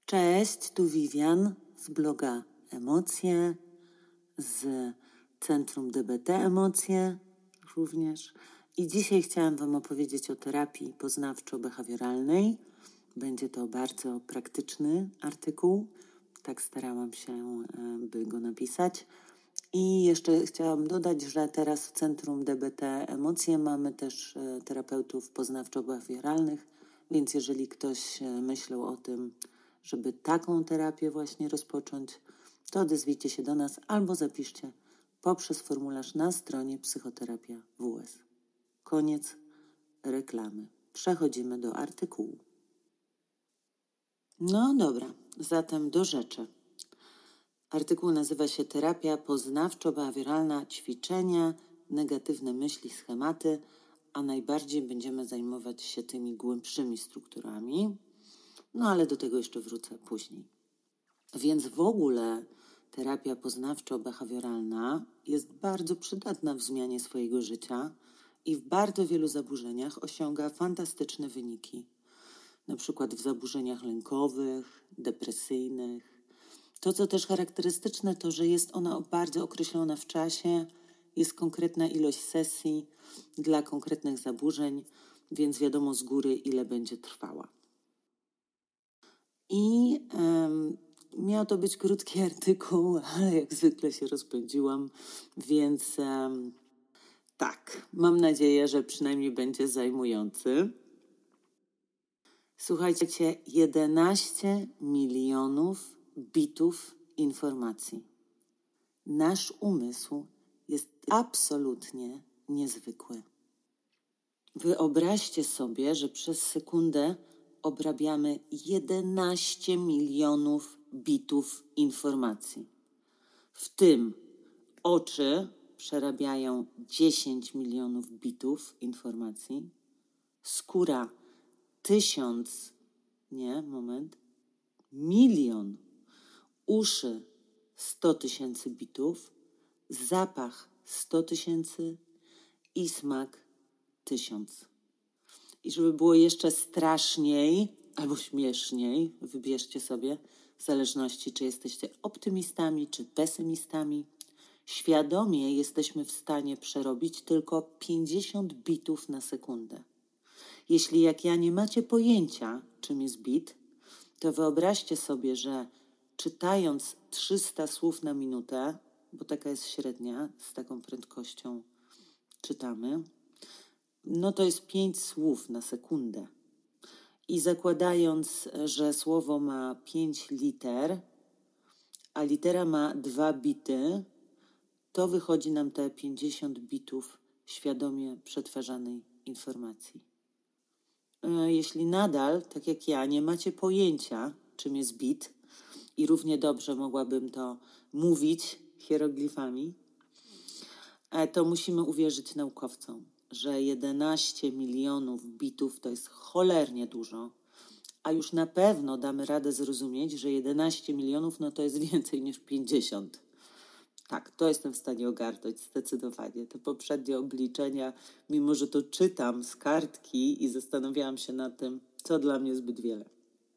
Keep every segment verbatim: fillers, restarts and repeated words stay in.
Cześć, tu Vivian z bloga Emocje, z Centrum D B T Emocje również. I dzisiaj chciałam Wam opowiedzieć o terapii poznawczo-behawioralnej. Będzie to bardzo praktyczny artykuł. Tak starałam się, by go napisać. I jeszcze chciałam dodać, że teraz w Centrum D B T Emocje mamy też terapeutów poznawczo-behawioralnych, więc jeżeli ktoś myślał o tym, żeby taką terapię właśnie rozpocząć, to odezwijcie się do nas albo zapiszcie poprzez formularz na stronie Psychoterapia W S. Koniec reklamy. Przechodzimy do artykułu. No dobra, zatem do rzeczy. Artykuł nazywa się Terapia poznawczo-behawioralna, ćwiczenia, negatywne myśli, schematy, a najbardziej będziemy zajmować się tymi głębszymi strukturami. No ale do tego jeszcze wrócę później. Więc w ogóle terapia poznawczo-behawioralna jest bardzo przydatna w zmianie swojego życia i w bardzo wielu zaburzeniach osiąga fantastyczne wyniki. Na przykład w zaburzeniach lękowych, depresyjnych. To, co też charakterystyczne, to, że jest ona bardzo określona w czasie, jest konkretna ilość sesji dla konkretnych zaburzeń, więc wiadomo z góry, ile będzie trwała. I um, miał to być krótki artykuł, ale jak zwykle się rozpędziłam, więc um, tak, mam nadzieję, że przynajmniej będzie zajmujący. Słuchajcie, jedenaście milionów bitów informacji. Nasz umysł jest absolutnie niezwykły. Wyobraźcie sobie, że przez sekundę obrabiamy jedenaście milionów bitów informacji. W tym oczy przerabiają dziesięć milionów bitów informacji, skóra tysiąc, nie, moment, milion, uszy sto tysięcy bitów, zapach sto tysięcy i smak tysiąc. I żeby było jeszcze straszniej albo śmieszniej, wybierzcie sobie, w zależności czy jesteście optymistami czy pesymistami, świadomie jesteśmy w stanie przerobić tylko pięćdziesiąt bitów na sekundę. Jeśli jak ja nie macie pojęcia, czym jest bit, to wyobraźcie sobie, że czytając trzysta słów na minutę, bo taka jest średnia, z taką prędkością czytamy, no to jest pięć słów na sekundę. I zakładając, że słowo ma pięć liter, a litera ma dwa bity, to wychodzi nam te pięćdziesiąt bitów świadomie przetwarzanej informacji. Jeśli nadal, tak jak ja, nie macie pojęcia, czym jest bit i równie dobrze mogłabym to mówić hieroglifami, to musimy uwierzyć naukowcom, że jedenaście milionów bitów to jest cholernie dużo, a już na pewno damy radę zrozumieć, że jedenaście milionów no to jest więcej niż pięćdziesiąt. Tak, to jestem w stanie ogarnąć zdecydowanie. Te poprzednie obliczenia, mimo że to czytam z kartki i zastanawiałam się nad tym, co dla mnie zbyt wiele.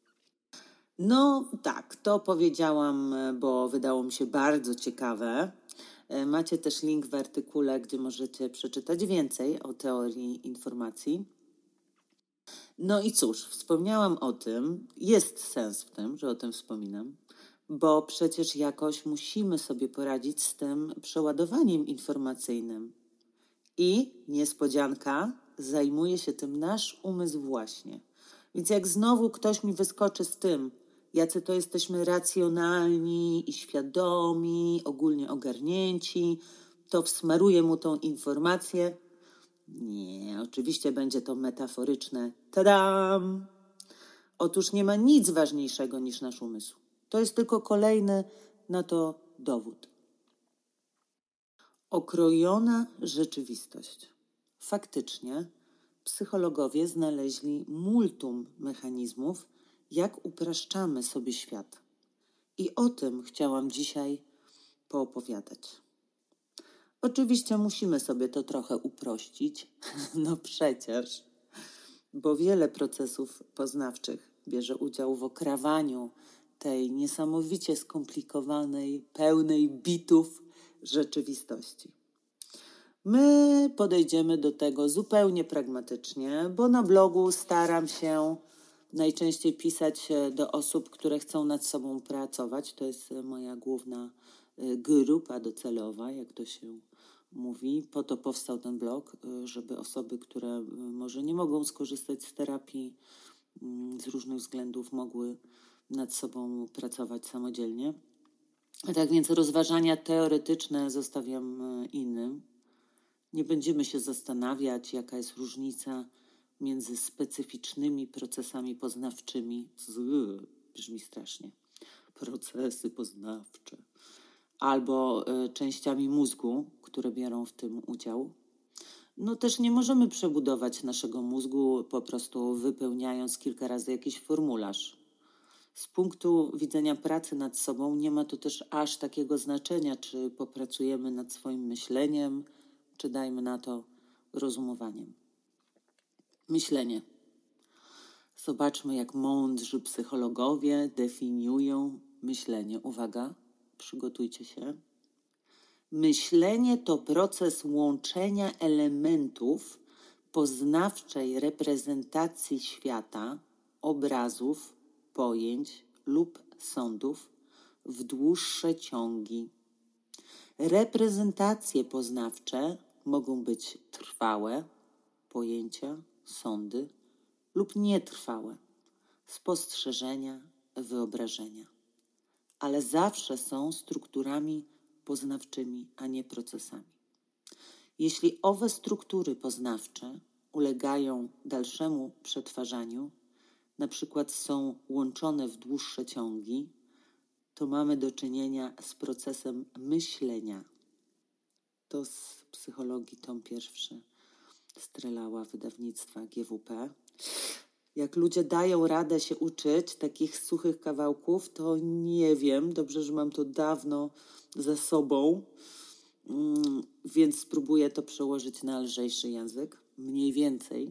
No tak, to powiedziałam, bo wydało mi się bardzo ciekawe. Macie też link w artykule, gdzie możecie przeczytać więcej o teorii informacji. No i cóż, wspomniałam o tym, jest sens w tym, że o tym wspominam, bo przecież jakoś musimy sobie poradzić z tym przeładowaniem informacyjnym. I niespodzianka, zajmuje się tym nasz umysł właśnie. Więc jak znowu ktoś mi wyskoczy z tym, jacy to jesteśmy racjonalni i świadomi, ogólnie ogarnięci, to wsmaruję mu tą informację. Nie, oczywiście będzie to metaforyczne. Tadam! Otóż nie ma nic ważniejszego niż nasz umysł. To jest tylko kolejny na to dowód. Okrojona rzeczywistość. Faktycznie psychologowie znaleźli multum mechanizmów, jak upraszczamy sobie świat. I o tym chciałam dzisiaj poopowiadać. Oczywiście musimy sobie to trochę uprościć, no przecież, bo wiele procesów poznawczych bierze udział w okrawaniu tej niesamowicie skomplikowanej, pełnej bitów rzeczywistości. My podejdziemy do tego zupełnie pragmatycznie, bo na blogu staram się najczęściej pisać do osób, które chcą nad sobą pracować. To jest moja główna grupa docelowa, jak to się mówi. Po to powstał ten blog, żeby osoby, które może nie mogą skorzystać z terapii z różnych względów, mogły nad sobą pracować samodzielnie. A tak więc rozważania teoretyczne zostawiam innym. Nie będziemy się zastanawiać, jaka jest różnica między specyficznymi procesami poznawczymi, Zły, brzmi strasznie, procesy poznawcze, albo y, częściami mózgu, które biorą w tym udział. No też nie możemy przebudować naszego mózgu po prostu wypełniając kilka razy jakiś formularz. Z punktu widzenia pracy nad sobą nie ma to też aż takiego znaczenia, czy popracujemy nad swoim myśleniem, czy dajmy na to rozumowaniem. Myślenie. Zobaczmy, jak mądrzy psychologowie definiują myślenie. Uwaga, przygotujcie się. Myślenie to proces łączenia elementów poznawczej reprezentacji świata, obrazów, pojęć lub sądów w dłuższe ciągi. Reprezentacje poznawcze mogą być trwałe, pojęcia, sądy, lub nietrwałe, spostrzeżenia, wyobrażenia, ale zawsze są strukturami poznawczymi, a nie procesami. Jeśli owe struktury poznawcze ulegają dalszemu przetwarzaniu, na przykład są łączone w dłuższe ciągi, to mamy do czynienia z procesem myślenia. To z psychologii tom pierwszy Strelała, wydawnictwa G W P. Jak ludzie dają radę się uczyć takich suchych kawałków, to nie wiem, dobrze, że mam to dawno za sobą, mm, więc spróbuję to przełożyć na lżejszy język, mniej więcej.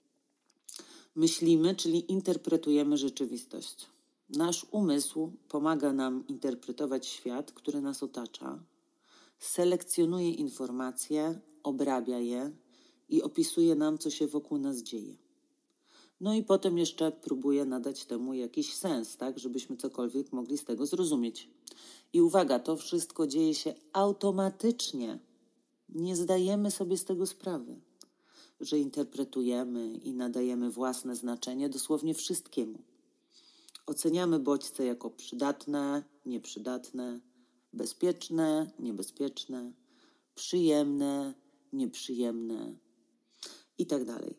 Myślimy, czyli interpretujemy rzeczywistość. Nasz umysł pomaga nam interpretować świat, który nas otacza, selekcjonuje informacje, obrabia je i opisuje nam, co się wokół nas dzieje. No i potem jeszcze próbuje nadać temu jakiś sens, tak, żebyśmy cokolwiek mogli z tego zrozumieć. I uwaga, to wszystko dzieje się automatycznie. Nie zdajemy sobie z tego sprawy, że interpretujemy i nadajemy własne znaczenie dosłownie wszystkiemu. Oceniamy bodźce jako przydatne, nieprzydatne, bezpieczne, niebezpieczne, przyjemne, nieprzyjemne i tak dalej.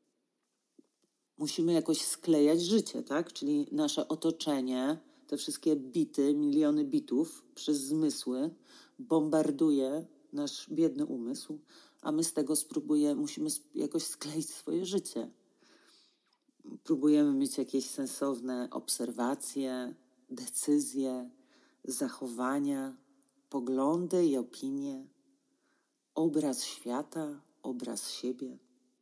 Musimy jakoś sklejać życie, tak? Czyli nasze otoczenie, te wszystkie bity, miliony bitów przez zmysły bombarduje nasz biedny umysł, a my z tego spróbujemy, musimy jakoś skleić swoje życie. Próbujemy mieć jakieś sensowne obserwacje, decyzje, zachowania, poglądy i opinie, obraz świata, obraz siebie.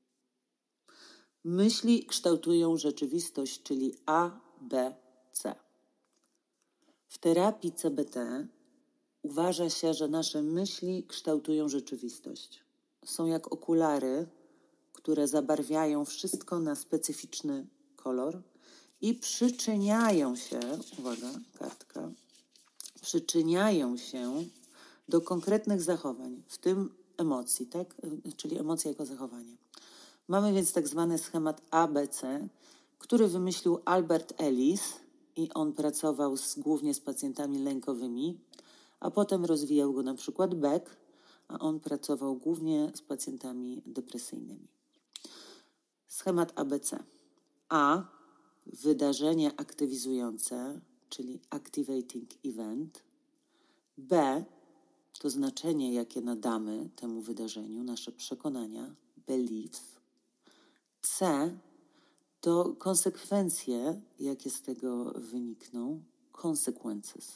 Myśli kształtują rzeczywistość, czyli A, B, C. W terapii C B T uważa się, że nasze myśli kształtują rzeczywistość. Są jak okulary, które zabarwiają wszystko na specyficzny kolor i przyczyniają się, uwaga, kartka, przyczyniają się do konkretnych zachowań, w tym emocji, tak? Czyli emocja jako zachowanie. Mamy więc tak zwany schemat A B C, który wymyślił Albert Ellis i on pracował z, głównie z pacjentami lękowymi, a potem rozwijał go na przykład Beck, a on pracował głównie z pacjentami depresyjnymi. Schemat A B C. A. Wydarzenie aktywizujące, czyli activating event. B. To znaczenie, jakie nadamy temu wydarzeniu, nasze przekonania, beliefs. C. To konsekwencje, jakie z tego wynikną, consequences.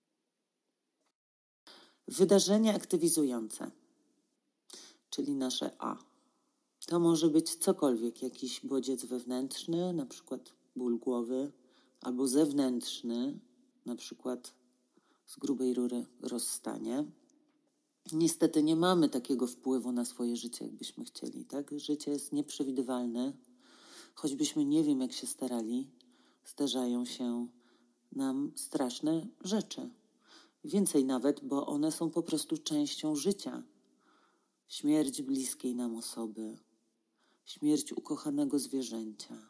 Wydarzenie aktywizujące, czyli nasze A. To może być cokolwiek, jakiś bodziec wewnętrzny, na przykład ból głowy, albo zewnętrzny, na przykład z grubej rury rozstanie. Niestety nie mamy takiego wpływu na swoje życie, jakbyśmy chcieli, tak? Życie jest nieprzewidywalne. Choćbyśmy nie wiem, jak się starali, zdarzają się nam straszne rzeczy. Więcej nawet, bo one są po prostu częścią życia. Śmierć bliskiej nam osoby, śmierć ukochanego zwierzęcia,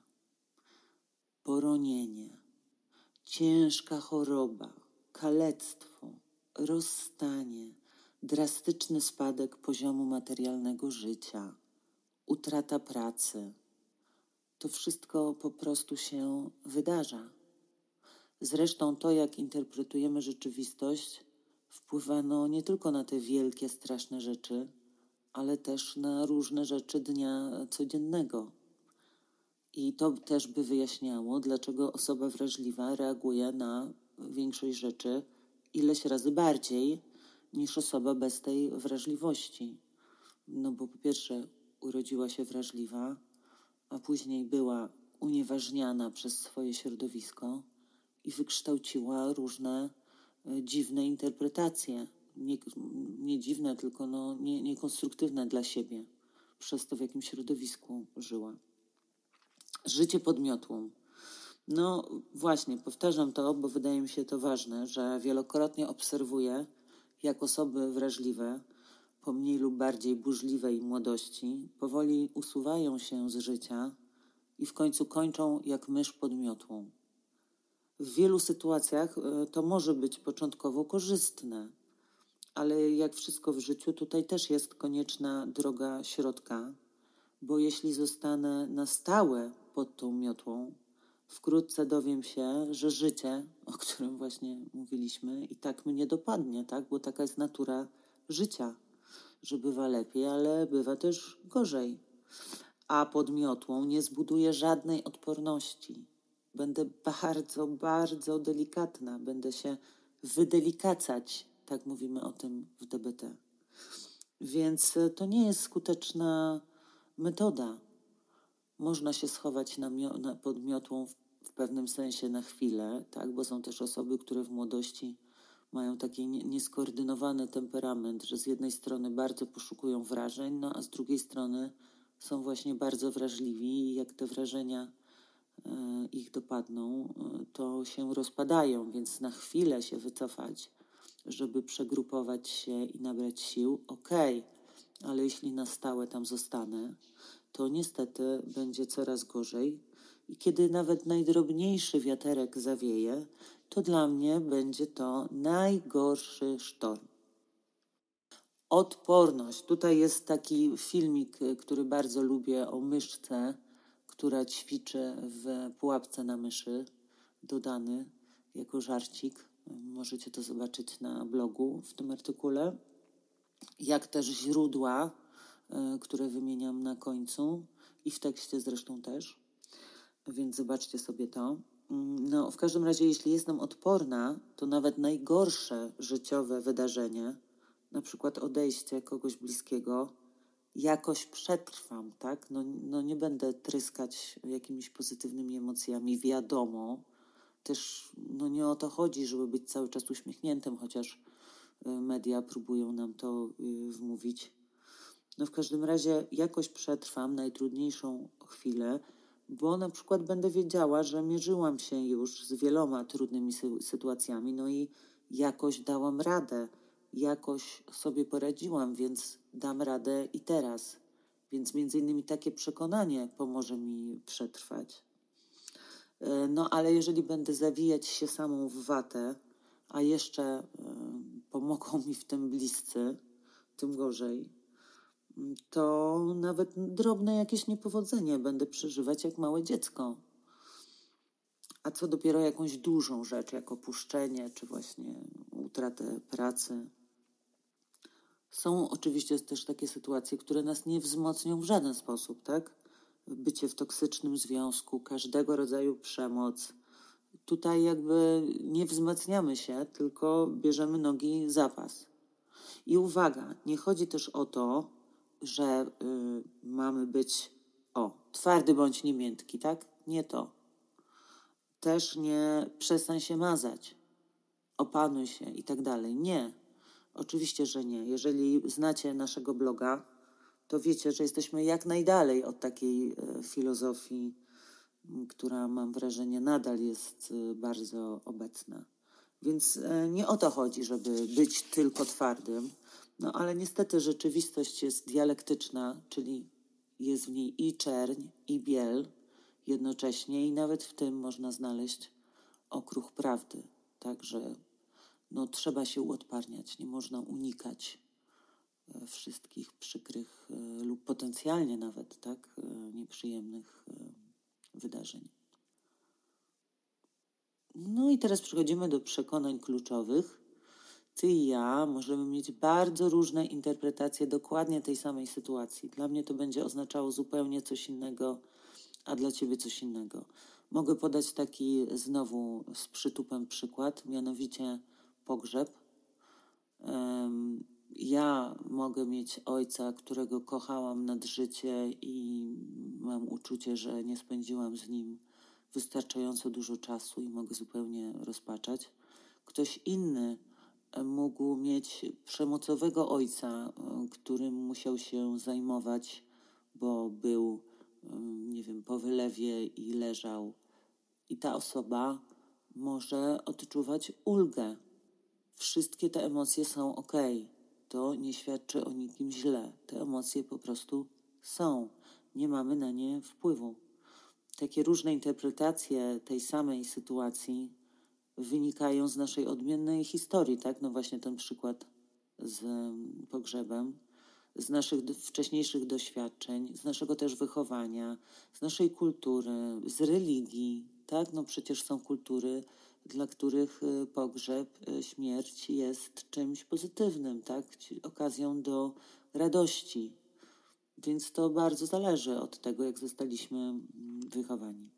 poronienie, ciężka choroba, kalectwo, rozstanie, drastyczny spadek poziomu materialnego życia, utrata pracy. To wszystko po prostu się wydarza. Zresztą to, jak interpretujemy rzeczywistość, wpływa no nie tylko na te wielkie, straszne rzeczy, ale też na różne rzeczy dnia codziennego. I to też by wyjaśniało, dlaczego osoba wrażliwa reaguje na większość rzeczy ileś razy bardziej niż osoba bez tej wrażliwości. No bo po pierwsze urodziła się wrażliwa, a później była unieważniana przez swoje środowisko i wykształciła różne e, dziwne interpretacje. Nie, nie dziwne, tylko no, nie, niekonstruktywne dla siebie, przez to, w jakim środowisku żyła. Życie podmiotłą. No właśnie, powtarzam to, bo wydaje mi się to ważne, że wielokrotnie obserwuję, jak osoby wrażliwe, po mniej lub bardziej burzliwej młodości, powoli usuwają się z życia i w końcu kończą jak mysz pod miotłą. W wielu sytuacjach e, to może być początkowo korzystne, ale jak wszystko w życiu, tutaj też jest konieczna droga środka, bo jeśli zostanę na stałe pod tą miotłą, wkrótce dowiem się, że życie, o którym właśnie mówiliśmy, i tak mnie dopadnie, tak? Bo taka jest natura życia, że bywa lepiej, ale bywa też gorzej. A pod miotłą nie zbuduję żadnej odporności. Będę bardzo, bardzo delikatna. Będę się wydelikacać, tak mówimy o tym w D B T. Więc to nie jest skuteczna metoda. Można się schować na, mio- na pod miotłą w, w pewnym sensie na chwilę, tak? Bo są też osoby, które w młodości mają taki nie- nieskoordynowany temperament, że z jednej strony bardzo poszukują wrażeń, no a z drugiej strony są właśnie bardzo wrażliwi i jak te wrażenia e, ich dopadną, e, to się rozpadają, więc na chwilę się wycofać, żeby przegrupować się i nabrać sił, okej, ale jeśli na stałe tam zostanę, to niestety będzie coraz gorzej i kiedy nawet najdrobniejszy wiaterek zawieje, to dla mnie będzie to najgorszy sztorm. Odporność. Tutaj jest taki filmik, który bardzo lubię, o myszce, która ćwiczy w pułapce na myszy, dodany jako żarcik. Możecie to zobaczyć na blogu w tym artykule. Jak też źródła, y, które wymieniam na końcu i w tekście zresztą też. Więc zobaczcie sobie to. No, w każdym razie, jeśli jestem odporna, to nawet najgorsze życiowe wydarzenie, na przykład odejście kogoś bliskiego, jakoś przetrwam, tak? No, no nie będę tryskać jakimiś pozytywnymi emocjami, wiadomo. Też no nie o to chodzi, żeby być cały czas uśmiechniętym, chociaż y, media próbują nam to y, wmówić. No w każdym razie jakoś przetrwam najtrudniejszą chwilę, bo na przykład będę wiedziała, że mierzyłam się już z wieloma trudnymi sy- sytuacjami, no i jakoś dałam radę, jakoś sobie poradziłam, więc dam radę i teraz. Więc między innymi takie przekonanie pomoże mi przetrwać. E, No ale jeżeli będę zawijać się samą w watę, a jeszcze e, pomogą mi w tym bliscy, tym gorzej, to nawet drobne jakieś niepowodzenie będę przeżywać jak małe dziecko. A co dopiero jakąś dużą rzecz, jak opuszczenie, czy właśnie utratę pracy. Są oczywiście też takie sytuacje, które nas nie wzmocnią w żaden sposób, tak? Bycie w toksycznym związku, każdego rodzaju przemoc. Tutaj jakby nie wzmacniamy się, tylko bierzemy nogi za pas. I uwaga, nie chodzi też o to, że y, mamy być, o, twardy bądź niemiętki, tak? Nie to. Też nie przestań się mazać. opanuj się i tak dalej. Nie, oczywiście, że nie. Jeżeli znacie naszego bloga, to wiecie, że jesteśmy jak najdalej od takiej e, filozofii, m, która, mam wrażenie, nadal jest e, bardzo obecna. Więc e, nie o to chodzi, żeby być tylko twardym, no ale niestety rzeczywistość jest dialektyczna, czyli jest w niej i czerń, i biel jednocześnie i nawet w tym można znaleźć okruch prawdy. Także no, trzeba się uodparniać, nie można unikać e, wszystkich przykrych e, lub potencjalnie nawet tak e, nieprzyjemnych e, wydarzeń. No i teraz przechodzimy do przekonań kluczowych. Ty i ja możemy mieć bardzo różne interpretacje dokładnie tej samej sytuacji. Dla mnie to będzie oznaczało zupełnie coś innego, a dla ciebie coś innego. Mogę podać taki znowu z przytupem przykład, mianowicie pogrzeb. Um, ja mogę mieć ojca, którego kochałam nad życie i mam uczucie, że nie spędziłam z nim wystarczająco dużo czasu i mogę zupełnie rozpaczać. Ktoś inny mógł mieć przemocowego ojca, którym musiał się zajmować, bo był, nie wiem, po wylewie i leżał. I ta osoba może odczuwać ulgę. Wszystkie te emocje są okej. To nie świadczy o nikim źle. Te emocje po prostu są. Nie mamy na nie wpływu. Takie różne interpretacje tej samej sytuacji wynikają z naszej odmiennej historii, tak? No właśnie ten przykład z pogrzebem, z naszych do, wcześniejszych doświadczeń, z naszego też wychowania, z naszej kultury, z religii, tak? No przecież są kultury, dla których pogrzeb, śmierć jest czymś pozytywnym, tak? Okazją do radości. Więc to bardzo zależy od tego, jak zostaliśmy wychowani.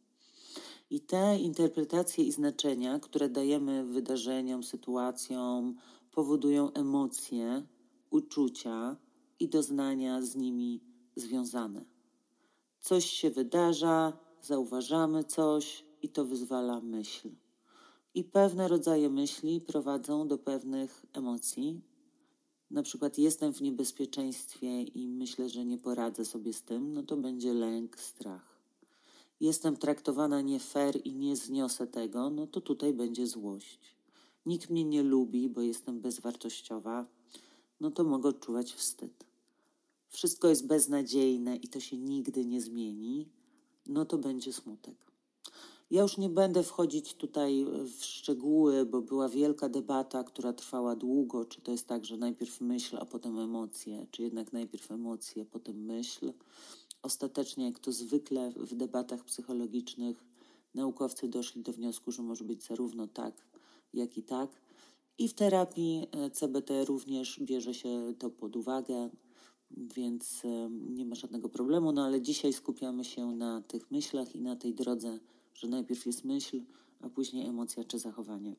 I te interpretacje i znaczenia, które dajemy wydarzeniom, sytuacjom, powodują emocje, uczucia i doznania z nimi związane. Coś się wydarza, zauważamy coś i to wyzwala myśl. I pewne rodzaje myśli prowadzą do pewnych emocji. Na przykład jestem w niebezpieczeństwie i myślę, że nie poradzę sobie z tym, no to będzie lęk, strach. Jestem traktowana nie fair i nie zniosę tego, no to tutaj będzie złość. Nikt mnie nie lubi, bo jestem bezwartościowa, no to mogę odczuwać wstyd. Wszystko jest beznadziejne i to się nigdy nie zmieni, no to będzie smutek. Ja już nie będę wchodzić tutaj w szczegóły, bo była wielka debata, która trwała długo, czy to jest tak, że najpierw myśl, a potem emocje, czy jednak najpierw emocje, potem myśl. Ostatecznie, jak to zwykle w debatach psychologicznych, naukowcy doszli do wniosku, że może być zarówno tak, jak i tak. I w terapii C B T również bierze się to pod uwagę, więc nie ma żadnego problemu. No ale dzisiaj skupiamy się na tych myślach i na tej drodze, że najpierw jest myśl, a później emocja czy zachowanie.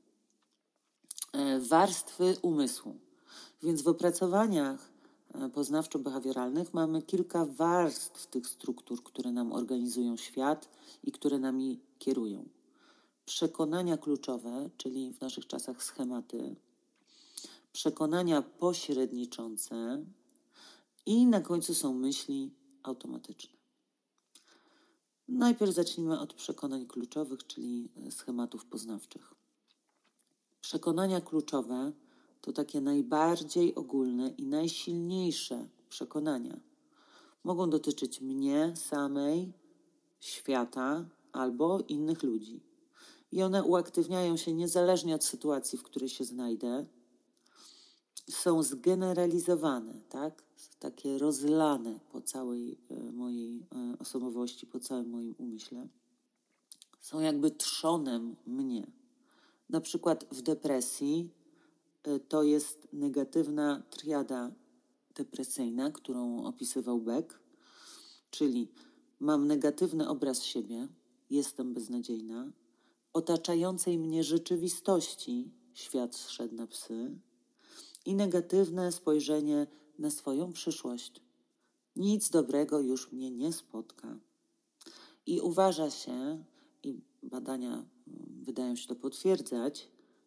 Warstwy umysłu. Więc w opracowaniach poznawczo-behawioralnych mamy kilka warstw tych struktur, które nam organizują świat i które nami kierują. Przekonania kluczowe, czyli w naszych czasach schematy, przekonania pośredniczące i na końcu są myśli automatyczne. Najpierw zacznijmy od przekonań kluczowych, czyli schematów poznawczych. Przekonania kluczowe to takie najbardziej ogólne i najsilniejsze przekonania. Mogą dotyczyć mnie samej, świata albo innych ludzi. I one uaktywniają się niezależnie od sytuacji, w której się znajdę. Są zgeneralizowane, tak? Takie rozlane po całej e, mojej e, osobowości, po całym moim umyśle. Są jakby trzonem mnie. Na przykład w depresji e, to jest negatywna triada depresyjna, którą opisywał Beck, czyli mam negatywny obraz siebie, jestem beznadziejna, otaczającej mnie rzeczywistości świat zszedł na psy i negatywne spojrzenie na swoją przyszłość. Nic dobrego już mnie nie spotka. I uważa się, i badania wydają się to potwierdzać,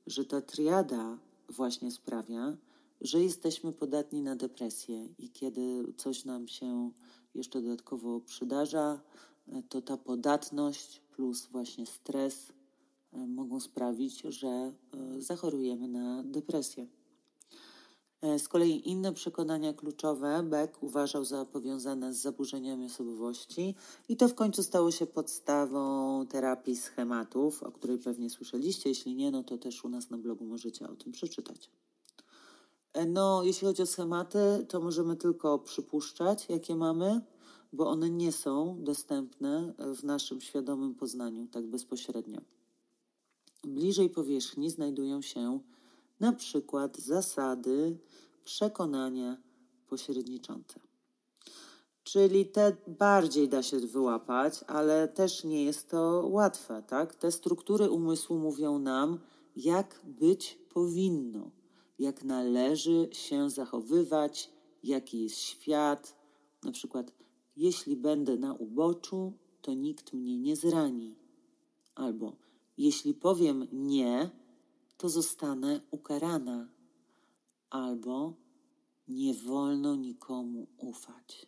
że ta triada właśnie sprawia, że jesteśmy podatni na depresję i kiedy coś nam się jeszcze dodatkowo przydarza, to ta podatność plus właśnie stres mogą sprawić, że zachorujemy na depresję. Z kolei inne przekonania kluczowe Beck uważał za powiązane z zaburzeniami osobowości i to w końcu stało się podstawą terapii schematów, o której pewnie słyszeliście. Jeśli nie, no to też u nas na blogu możecie o tym przeczytać. No, jeśli chodzi o schematy, to możemy tylko przypuszczać, jakie mamy, bo one nie są dostępne w naszym świadomym poznaniu tak bezpośrednio. Bliżej powierzchni znajdują się na przykład zasady, przekonania pośredniczące. Czyli te bardziej da się wyłapać, ale też nie jest to łatwe, tak? Te struktury umysłu mówią nam, jak być powinno, jak należy się zachowywać, jaki jest świat. Na przykład, jeśli będę na uboczu, to nikt mnie nie zrani. Albo, jeśli powiem nie, to zostanę ukarana. Albo, nie wolno nikomu ufać.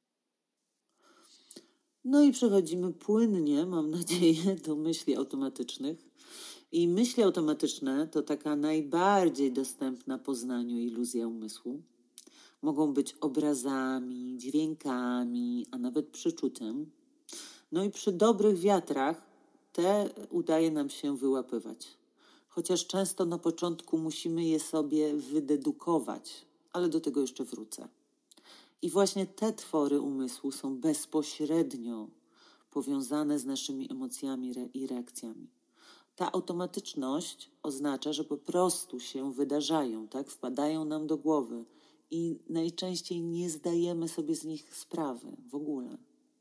No i przechodzimy płynnie, mam nadzieję, do myśli automatycznych. I myśli automatyczne to taka najbardziej dostępna poznaniu iluzja umysłu. Mogą być obrazami, dźwiękami, a nawet przeczuciem. No i przy dobrych wiatrach te udaje nam się wyłapywać. Chociaż często na początku musimy je sobie wydedukować, ale do tego jeszcze wrócę. I właśnie te twory umysłu są bezpośrednio powiązane z naszymi emocjami i reakcjami. Ta automatyczność oznacza, że po prostu się wydarzają, tak? Wpadają nam do głowy i najczęściej nie zdajemy sobie z nich sprawy w ogóle.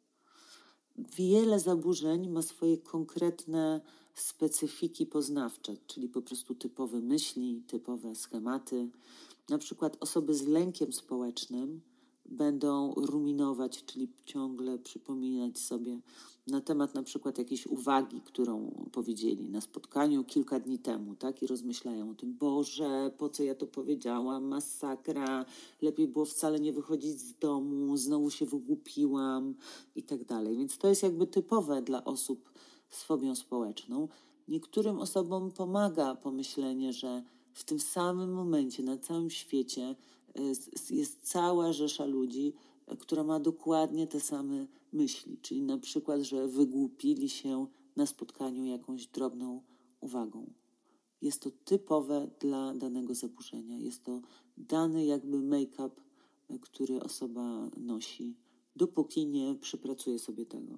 Wiele zaburzeń ma swoje konkretne specyfiki poznawcze, czyli po prostu typowe myśli, typowe schematy. Na przykład osoby z lękiem społecznym będą ruminować, czyli ciągle przypominać sobie na temat na przykład jakiejś uwagi, którą powiedzieli na spotkaniu kilka dni temu, tak? I rozmyślają o tym, Boże, po co ja to powiedziałam, masakra, lepiej było wcale nie wychodzić z domu, znowu się wygłupiłam i tak dalej. Więc to jest jakby typowe dla osób z fobią społeczną. Niektórym osobom pomaga pomyślenie, że w tym samym momencie na całym świecie jest cała rzesza ludzi, która ma dokładnie te same myśli, czyli na przykład, że wygłupili się na spotkaniu jakąś drobną uwagą. Jest to typowe dla danego zaburzenia. Jest to dany jakby make-up, który osoba nosi, dopóki nie przepracuje sobie tego.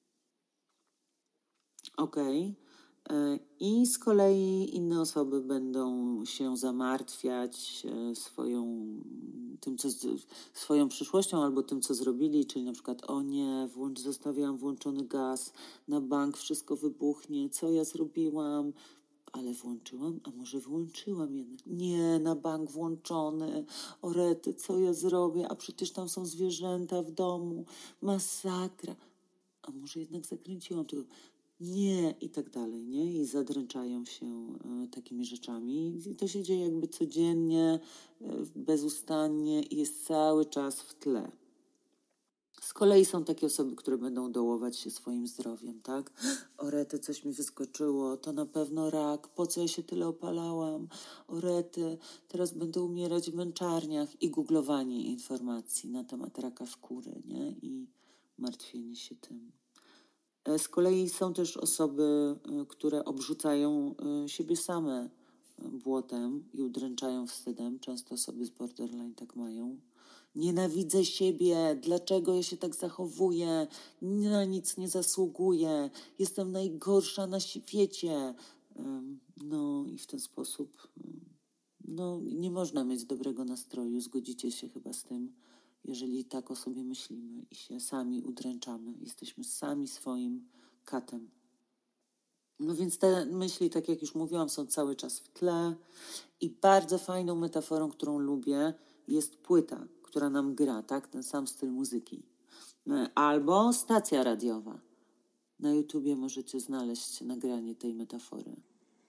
Okej. Okay. I z kolei inne osoby będą się zamartwiać swoją, tym, co, swoją przyszłością albo tym, co zrobili, czyli na przykład o nie, włącz, zostawiłam włączony gaz, na bank wszystko wybuchnie, co ja zrobiłam, ale włączyłam, a może wyłączyłam jednak. Nie, na bank włączony, o rety, co ja zrobię, a przecież tam są zwierzęta w domu, masakra, a może jednak zakręciłam tego. Nie, i tak dalej, nie? I zadręczają się e, takimi rzeczami. I to się dzieje jakby codziennie, e, bezustannie i jest cały czas w tle. Z kolei są takie osoby, które będą dołować się swoim zdrowiem, tak? O rety, coś mi wyskoczyło, to na pewno rak, po co ja się tyle opalałam? O rety, teraz będę umierać w męczarniach i googlowanie informacji na temat raka skóry, nie? I martwienie się tym. Z kolei są też osoby, które obrzucają siebie same błotem i udręczają wstydem. Często osoby z borderline tak mają. Nienawidzę siebie, dlaczego ja się tak zachowuję, na nic nie zasługuję, jestem najgorsza na świecie. No i w ten sposób no, nie można mieć dobrego nastroju, zgodzicie się chyba z tym. Jeżeli tak o sobie myślimy i się sami udręczamy, jesteśmy sami swoim katem. No więc te myśli, tak jak już mówiłam, są cały czas w tle i bardzo fajną metaforą, którą lubię, jest płyta, która nam gra, tak? Ten sam styl muzyki. Albo stacja radiowa. Na YouTubie możecie znaleźć nagranie tej metafory.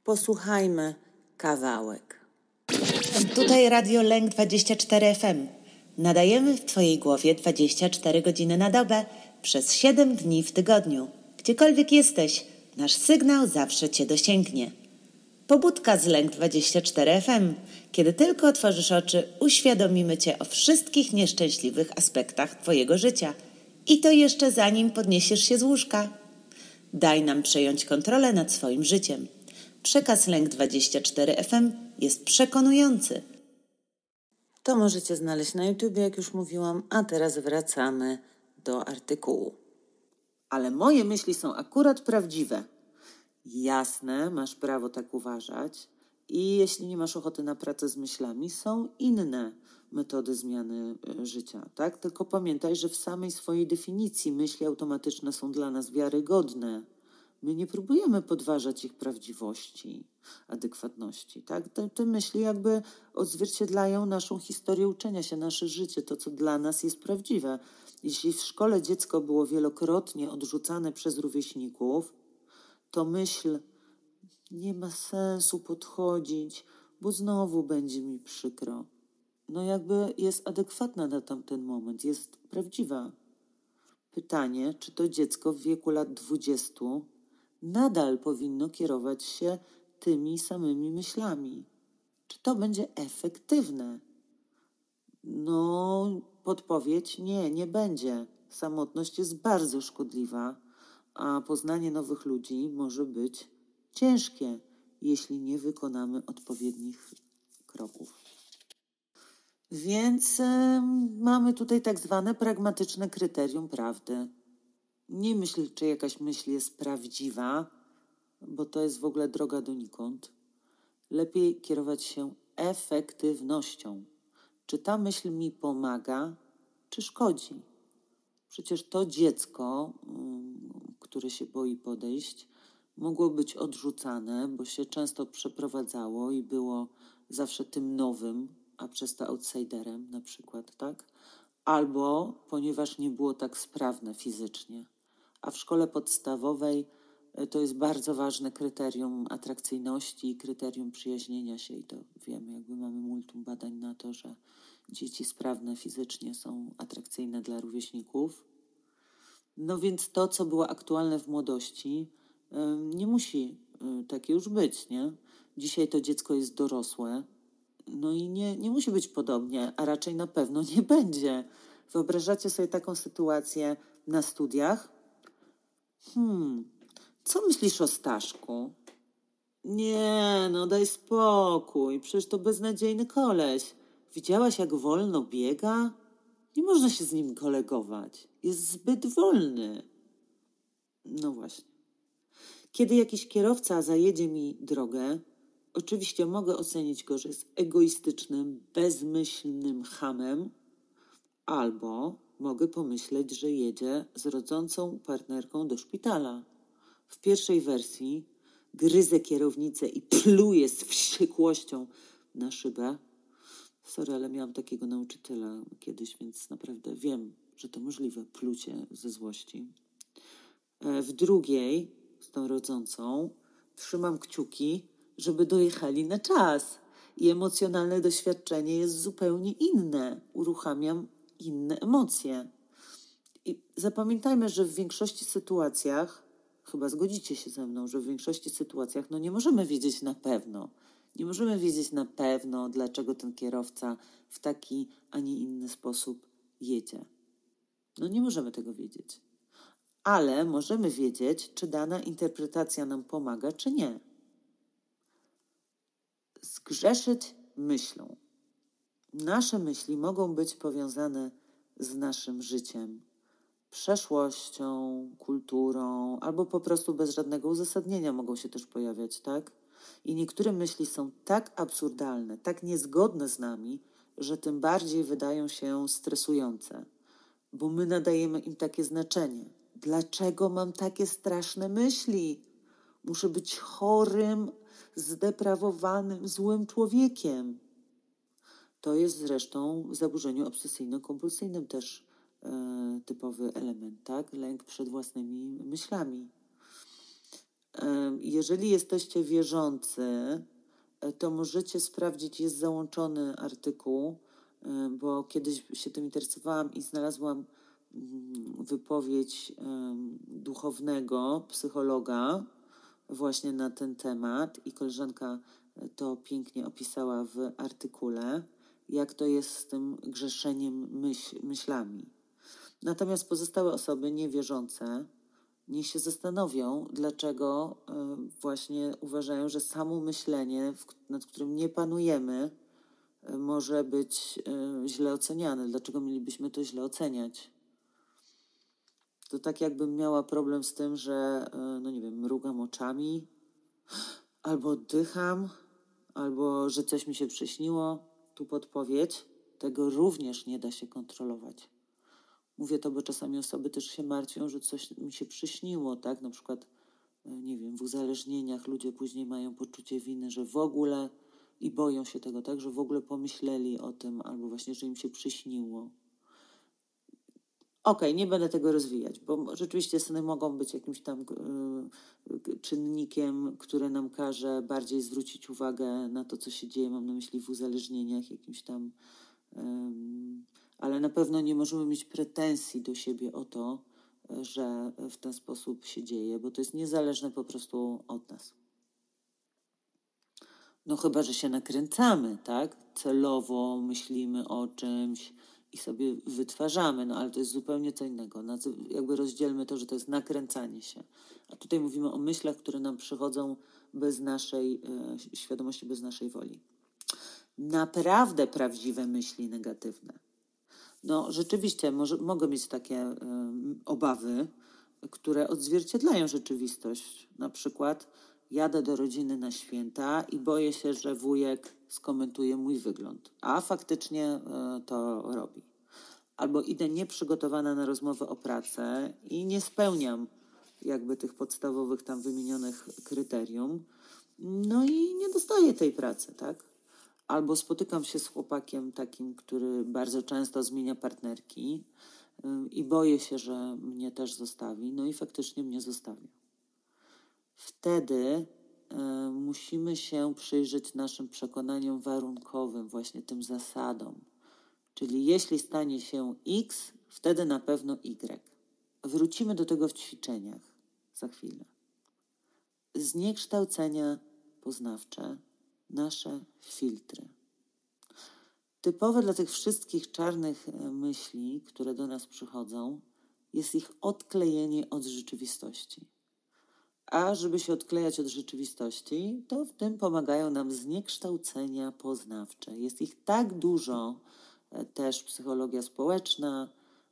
Posłuchajmy kawałek. Tutaj Radio Lęk dwadzieścia cztery F M. Nadajemy w Twojej głowie dwadzieścia cztery godziny na dobę przez siedem dni w tygodniu. Gdziekolwiek jesteś, nasz sygnał zawsze Cię dosięgnie. Pobudka z Lęk dwadzieścia cztery F M. Kiedy tylko otworzysz oczy, uświadomimy Cię o wszystkich nieszczęśliwych aspektach Twojego życia. I to jeszcze zanim podniesiesz się z łóżka. Daj nam przejąć kontrolę nad swoim życiem. Przekaz Lęk dwadzieścia cztery F M jest przekonujący. To możecie znaleźć na YouTubie, jak już mówiłam, a teraz wracamy do artykułu. Ale moje myśli są akurat prawdziwe. Jasne, masz prawo tak uważać i jeśli nie masz ochoty na pracę z myślami, są inne metody zmiany życia, tak? Tylko pamiętaj, że w samej swojej definicji myśli automatyczne są dla nas wiarygodne. My nie próbujemy podważać ich prawdziwości, adekwatności, tak? Te, te myśli jakby odzwierciedlają naszą historię uczenia się, nasze życie, to co dla nas jest prawdziwe. Jeśli w szkole dziecko było wielokrotnie odrzucane przez rówieśników, to myśl, nie ma sensu podchodzić, bo znowu będzie mi przykro. No jakby jest adekwatna na tamten moment, jest prawdziwa. Pytanie, czy to dziecko w wieku lat dwudziestu nadal powinno kierować się tymi samymi myślami? Czy to będzie efektywne? No, podpowiedź nie, nie będzie. Samotność jest bardzo szkodliwa, a poznanie nowych ludzi może być ciężkie, jeśli nie wykonamy odpowiednich kroków. Więc y, mamy tutaj tak zwane pragmatyczne kryterium prawdy. Nie myśl, czy jakaś myśl jest prawdziwa, bo to jest w ogóle droga donikąd. Lepiej kierować się efektywnością. Czy ta myśl mi pomaga, czy szkodzi? Przecież to dziecko, które się boi podejść, mogło być odrzucane, bo się często przeprowadzało i było zawsze tym nowym, a przez to outsiderem na przykład, tak? Albo ponieważ nie było tak sprawne fizycznie. A w szkole podstawowej to jest bardzo ważne kryterium atrakcyjności i kryterium przyjaźnienia się i to wiemy, jakby mamy multum badań na to, że dzieci sprawne fizycznie są atrakcyjne dla rówieśników. No więc to, co było aktualne w młodości, nie musi takie już być, nie? Dzisiaj to dziecko jest dorosłe, no i nie, nie musi być podobnie, a raczej na pewno nie będzie. Wyobrażacie sobie taką sytuację na studiach? Hmm, co myślisz o Staszku? Nie, no daj spokój, przecież to beznadziejny koleś. Widziałaś, jak wolno biega? Nie można się z nim kolegować. Jest zbyt wolny. No właśnie. Kiedy jakiś kierowca zajedzie mi drogę, oczywiście mogę ocenić go, że jest egoistycznym, bezmyślnym chamem, albo mogę pomyśleć, że jedzie z rodzącą partnerką do szpitala. W pierwszej wersji gryzę kierownicę i pluję z wściekłością na szybę. Sorry, ale miałam takiego nauczyciela kiedyś, więc naprawdę wiem, że to możliwe, plucie ze złości. W drugiej, z tą rodzącą, trzymam kciuki, żeby dojechali na czas. I emocjonalne doświadczenie jest zupełnie inne. Uruchamiam inne emocje. I zapamiętajmy, że w większości sytuacjach, chyba zgodzicie się ze mną, że w większości sytuacjach no nie możemy wiedzieć na pewno. Nie możemy wiedzieć na pewno, dlaczego ten kierowca w taki, a nie inny sposób jedzie. No nie możemy tego wiedzieć. Ale możemy wiedzieć, czy dana interpretacja nam pomaga, czy nie. Zgrzeszyć myślą. Nasze myśli mogą być powiązane z naszym życiem, przeszłością, kulturą, albo po prostu bez żadnego uzasadnienia mogą się też pojawiać, tak? I niektóre myśli są tak absurdalne, tak niezgodne z nami, że tym bardziej wydają się stresujące, bo my nadajemy im takie znaczenie. Dlaczego mam takie straszne myśli? Muszę być chorym, zdeprawowanym, złym człowiekiem. To jest zresztą w zaburzeniu obsesyjno-kompulsyjnym też e, typowy element, tak? Lęk przed własnymi myślami. Jeżeli jesteście wierzący, to możecie sprawdzić, jest załączony artykuł, bo kiedyś się tym interesowałam i znalazłam wypowiedź duchownego, psychologa właśnie na ten temat i koleżanka to pięknie opisała w artykule, jak to jest z tym grzeszeniem myśl, myślami. Natomiast pozostałe osoby niewierzące niech się zastanowią, dlaczego właśnie uważają, że samo myślenie, nad którym nie panujemy, może być źle oceniane. Dlaczego mielibyśmy to źle oceniać? To tak jakbym miała problem z tym, że, no nie wiem, mrugam oczami, albo oddycham, albo że coś mi się przyśniło. Tu podpowiedź, tego również nie da się kontrolować. Mówię to, bo czasami osoby też się martwią, że coś mi się przyśniło, tak? Na przykład, nie wiem, w uzależnieniach ludzie później mają poczucie winy, że w ogóle i boją się tego, tak? Że w ogóle pomyśleli o tym, albo właśnie, że im się przyśniło. Okej, okay, nie będę tego rozwijać, bo rzeczywiście sny mogą być jakimś tam y, czynnikiem, który nam każe bardziej zwrócić uwagę na to, co się dzieje, mam na myśli w uzależnieniach jakimś tam, y, ale na pewno nie możemy mieć pretensji do siebie o to, że w ten sposób się dzieje, bo to jest niezależne po prostu od nas. No chyba, że się nakręcamy, tak? Celowo myślimy o czymś i sobie wytwarzamy, no ale to jest zupełnie co innego. Jakby rozdzielmy to, że to jest nakręcanie się. A tutaj mówimy o myślach, które nam przychodzą bez naszej e, świadomości, bez naszej woli. Naprawdę prawdziwe myśli negatywne. No rzeczywiście może, mogę mieć takie e, obawy, które odzwierciedlają rzeczywistość. Na przykład jadę do rodziny na święta i boję się, że wujek skomentuje mój wygląd. A faktycznie y, to robi. Albo idę nieprzygotowana na rozmowę o pracę i nie spełniam jakby tych podstawowych tam wymienionych kryterium. No i nie dostaję tej pracy, tak? Albo spotykam się z chłopakiem takim, który bardzo często zmienia partnerki y, i boję się, że mnie też zostawi. No i faktycznie mnie zostawi. Wtedy y, musimy się przyjrzeć naszym przekonaniom warunkowym, właśnie tym zasadom. Czyli jeśli stanie się X, wtedy na pewno Y. Wrócimy do tego w ćwiczeniach za chwilę. Zniekształcenia poznawcze, nasze filtry. Typowe dla tych wszystkich czarnych myśli, które do nas przychodzą, jest ich odklejenie od rzeczywistości. A żeby się odklejać od rzeczywistości, to w tym pomagają nam zniekształcenia poznawcze. Jest ich tak dużo, też psychologia społeczna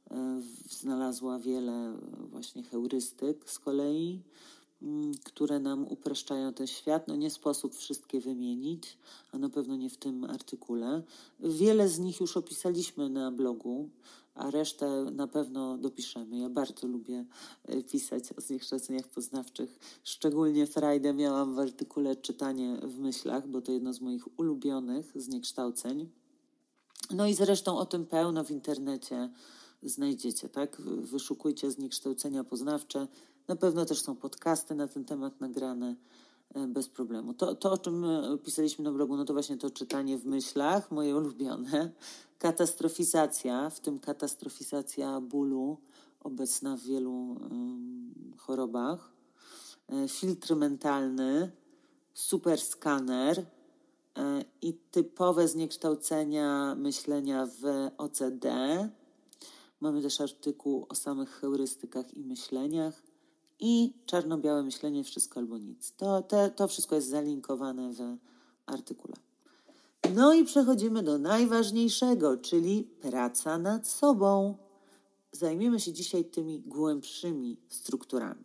znalazła wiele właśnie heurystyk z kolei, które nam upraszczają ten świat. No nie sposób wszystkie wymienić, a na pewno nie w tym artykule. Wiele z nich już opisaliśmy na blogu, a resztę na pewno dopiszemy. Ja bardzo lubię pisać o zniekształceniach poznawczych. Szczególnie frajdę miałam w artykule Czytanie w myślach, bo to jedno z moich ulubionych zniekształceń. No i zresztą o tym pełno w internecie znajdziecie, tak? Wyszukujcie zniekształcenia poznawcze. Na pewno też są podcasty na ten temat nagrane bez problemu. To, to o czym pisaliśmy na blogu, no to właśnie to czytanie w myślach, moje ulubione. Katastrofizacja, w tym katastrofizacja bólu, obecna w wielu um, chorobach. Filtr mentalny, superskaner i typowe zniekształcenia myślenia w O C D. Mamy też artykuł o samych heurystykach i myśleniach i czarno-białe myślenie, wszystko albo nic. To, te, to wszystko jest zalinkowane w artykule. No i przechodzimy do najważniejszego, czyli praca nad sobą. Zajmiemy się dzisiaj tymi głębszymi strukturami.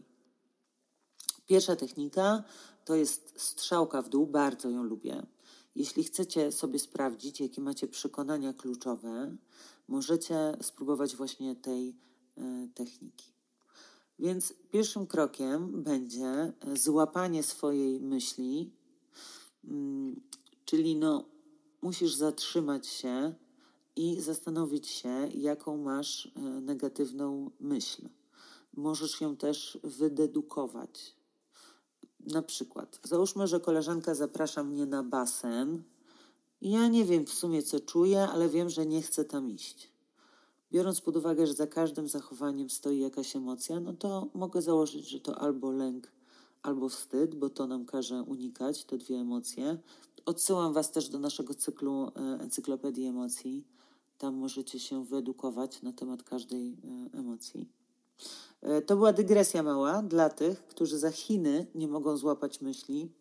Pierwsza technika to jest strzałka w dół, bardzo ją lubię. Jeśli chcecie sobie sprawdzić, jakie macie przekonania kluczowe, możecie spróbować właśnie tej y, techniki. Więc pierwszym krokiem będzie złapanie swojej myśli, y, czyli no, musisz zatrzymać się i zastanowić się, jaką masz y, negatywną myśl. Możesz ją też wydedukować. Na przykład, załóżmy, że koleżanka zaprasza mnie na basen i ja nie wiem w sumie, co czuję, ale wiem, że nie chcę tam iść. Biorąc pod uwagę, że za każdym zachowaniem stoi jakaś emocja, no to mogę założyć, że to albo lęk, albo wstyd, bo to nam każe unikać te dwie emocje. Odsyłam Was też do naszego cyklu Encyklopedii Emocji. Tam możecie się wyedukować na temat każdej emocji. To była dygresja mała dla tych, którzy za Chiny nie mogą złapać myśli.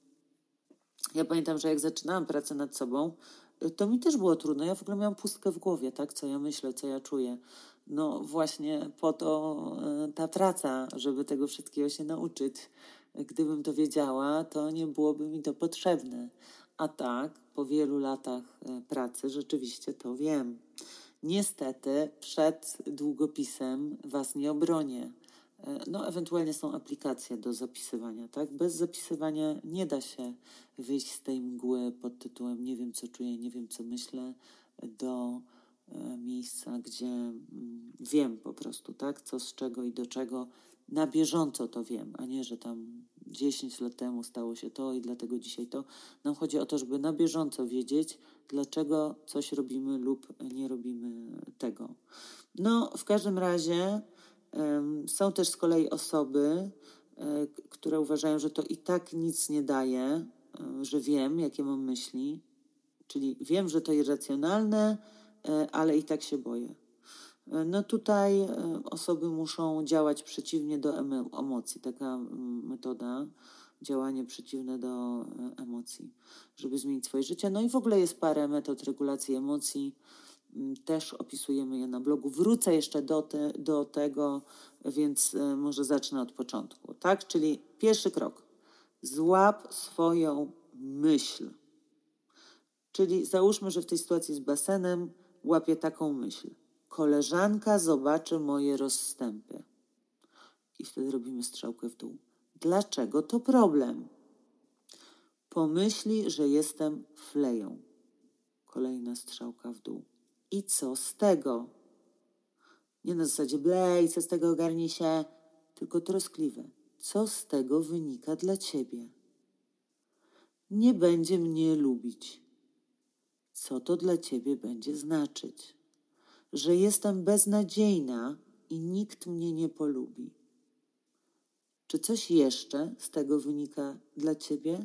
Ja pamiętam, że jak zaczynałam pracę nad sobą, to mi też było trudno. Ja w ogóle miałam pustkę w głowie, tak? Co ja myślę, co ja czuję. No właśnie po to ta praca, żeby tego wszystkiego się nauczyć. Gdybym to wiedziała, to nie byłoby mi to potrzebne. A tak, po wielu latach pracy rzeczywiście to wiem. Niestety przed długopisem Was nie obronię. No, ewentualnie są aplikacje do zapisywania, tak? Bez zapisywania nie da się wyjść z tej mgły pod tytułem nie wiem, co czuję, nie wiem, co myślę, do e, miejsca, gdzie mm, wiem po prostu, tak? Co z czego i do czego. Na bieżąco to wiem, a nie, że tam dziesięć lat temu stało się to i dlatego dzisiaj to. Nam chodzi o to, żeby na bieżąco wiedzieć, dlaczego coś robimy lub nie robimy tego. No, w każdym razie są też z kolei osoby, które uważają, że to i tak nic nie daje, że wiem, jakie mam myśli, czyli wiem, że to irracjonalne, ale i tak się boję. No tutaj osoby muszą działać przeciwnie do emocji. Taka metoda, działanie przeciwne do emocji, żeby zmienić swoje życie. No i w ogóle jest parę metod regulacji emocji. Też opisujemy je na blogu. Wrócę jeszcze do, te, do tego, więc może zacznę od początku. Tak? Czyli pierwszy krok. Złap swoją myśl. Czyli załóżmy, że w tej sytuacji z basenem łapię taką myśl. Koleżanka zobaczy moje rozstępy. I wtedy robimy strzałkę w dół. Dlaczego to problem? Pomyśli, że jestem fleją. Kolejna strzałka w dół. I co z tego? Nie na zasadzie blej, co z tego, ogarnij się, tylko troskliwe. Co z tego wynika dla ciebie? Nie będzie mnie lubić. Co to dla ciebie będzie znaczyć? Że jestem beznadziejna i nikt mnie nie polubi. Czy coś jeszcze z tego wynika dla ciebie?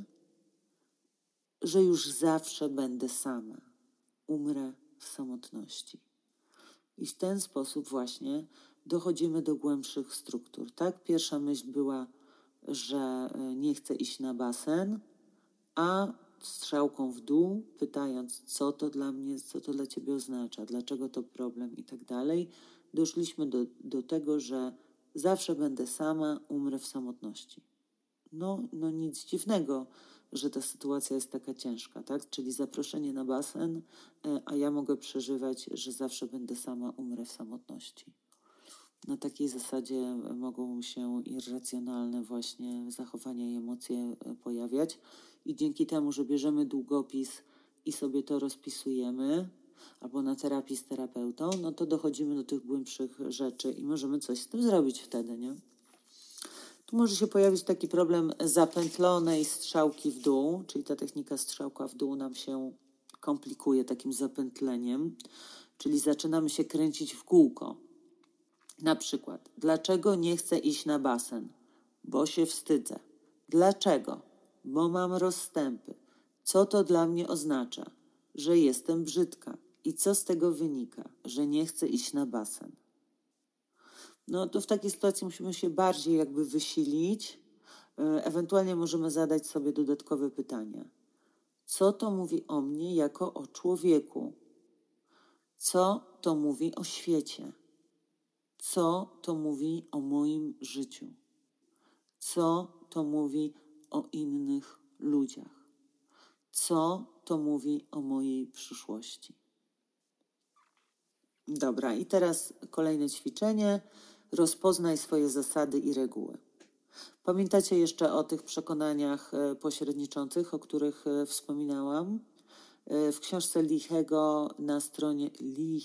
Że już zawsze będę sama. Umrę w samotności. I w ten sposób właśnie dochodzimy do głębszych struktur. Tak? Pierwsza myśl była, że nie chcę iść na basen, a strzałką w dół, pytając, co to dla mnie, co to dla ciebie oznacza, dlaczego to problem i tak dalej, doszliśmy do, do tego, że zawsze będę sama, umrę w samotności. No, no nic dziwnego, że ta sytuacja jest taka ciężka, tak? Czyli zaproszenie na basen, a ja mogę przeżywać, że zawsze będę sama, umrę w samotności. Na takiej zasadzie mogą się irracjonalne właśnie zachowania i emocje pojawiać i dzięki temu, że bierzemy długopis i sobie to rozpisujemy, albo na terapii z terapeutą, no to dochodzimy do tych głębszych rzeczy i możemy coś z tym zrobić wtedy, nie? Tu może się pojawić taki problem zapętlonej strzałki w dół, czyli ta technika strzałka w dół nam się komplikuje takim zapętleniem, czyli zaczynamy się kręcić w kółko. Na przykład, dlaczego nie chcę iść na basen? Bo się wstydzę. Dlaczego? Bo mam rozstępy. Co to dla mnie oznacza? Że jestem brzydka. I co z tego wynika? Że nie chcę iść na basen. No to w takiej sytuacji musimy się bardziej jakby wysilić. Ewentualnie możemy zadać sobie dodatkowe pytania. Co to mówi o mnie jako o człowieku? Co to mówi o świecie? Co to mówi o moim życiu? Co to mówi o innych ludziach? Co to mówi o mojej przyszłości? Dobra, i teraz kolejne ćwiczenie. Rozpoznaj swoje zasady i reguły. Pamiętacie jeszcze o tych przekonaniach pośredniczących, o których wspominałam? W książce Lichego na stronie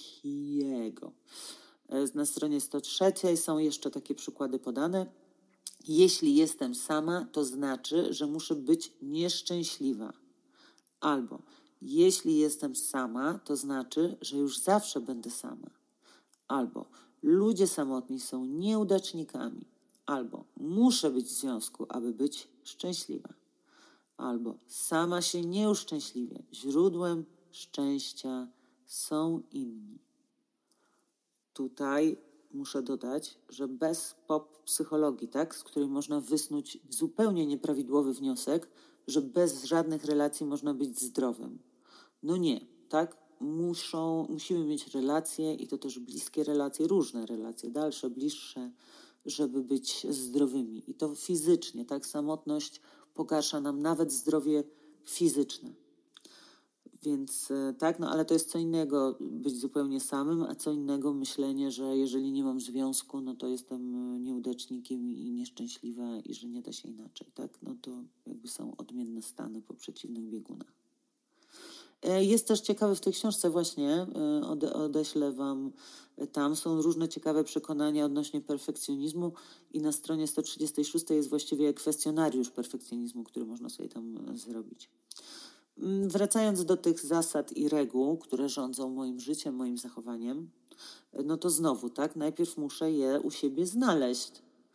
Lichiego. Na stronie sto trzy są jeszcze takie przykłady podane. Jeśli jestem sama, to znaczy, że muszę być nieszczęśliwa. Albo jeśli jestem sama, to znaczy, że już zawsze będę sama. Albo ludzie samotni są nieudacznikami. Albo muszę być w związku, aby być szczęśliwa. Albo sama się nie uszczęśliwię. Źródłem szczęścia są inni. Tutaj muszę dodać, że bez pop psychologii, tak, z której można wysnuć zupełnie nieprawidłowy wniosek, że bez żadnych relacji można być zdrowym. No nie, tak? Muszą, musimy mieć relacje i to też bliskie relacje, różne relacje, dalsze, bliższe, żeby być zdrowymi. I to fizycznie, tak? Samotność pogarsza nam nawet zdrowie fizyczne. Więc tak, no ale to jest co innego być zupełnie samym, a co innego myślenie, że jeżeli nie mam związku, no to jestem nieudacznikiem i nieszczęśliwa i że nie da się inaczej, tak? No to jakby są odmienne stany po przeciwnych biegunach. Jest też ciekawe w tej książce właśnie, ode, odeślę wam, tam są różne ciekawe przekonania odnośnie perfekcjonizmu i na stronie sto trzydziestej szóstej jest właściwie kwestionariusz perfekcjonizmu, który można sobie tam zrobić. Wracając do tych zasad i reguł, które rządzą moim życiem, moim zachowaniem, no to znowu, tak, najpierw muszę je u siebie znaleźć.